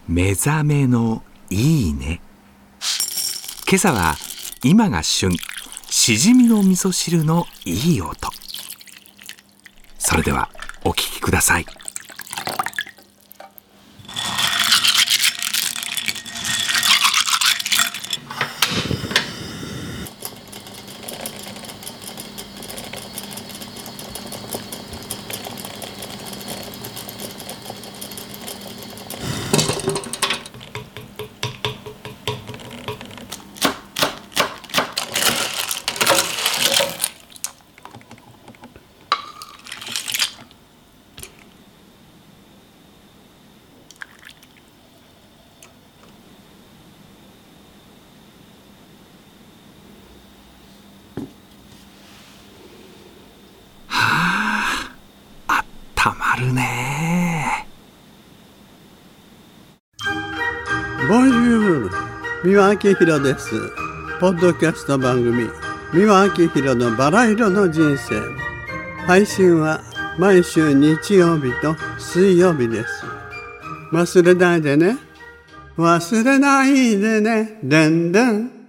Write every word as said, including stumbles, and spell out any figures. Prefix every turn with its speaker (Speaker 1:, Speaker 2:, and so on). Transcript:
Speaker 1: 目覚めのいいね。今朝は今が旬、しじみの味噌汁のいい音。それではお聞きください。たまるね。
Speaker 2: ボンジュール、三輪明宏です。ポッドキャスト番組三輪明宏のバラ色の人生。配信は毎週日曜日と水曜日です。忘れないでね。忘れないでね。でんでん。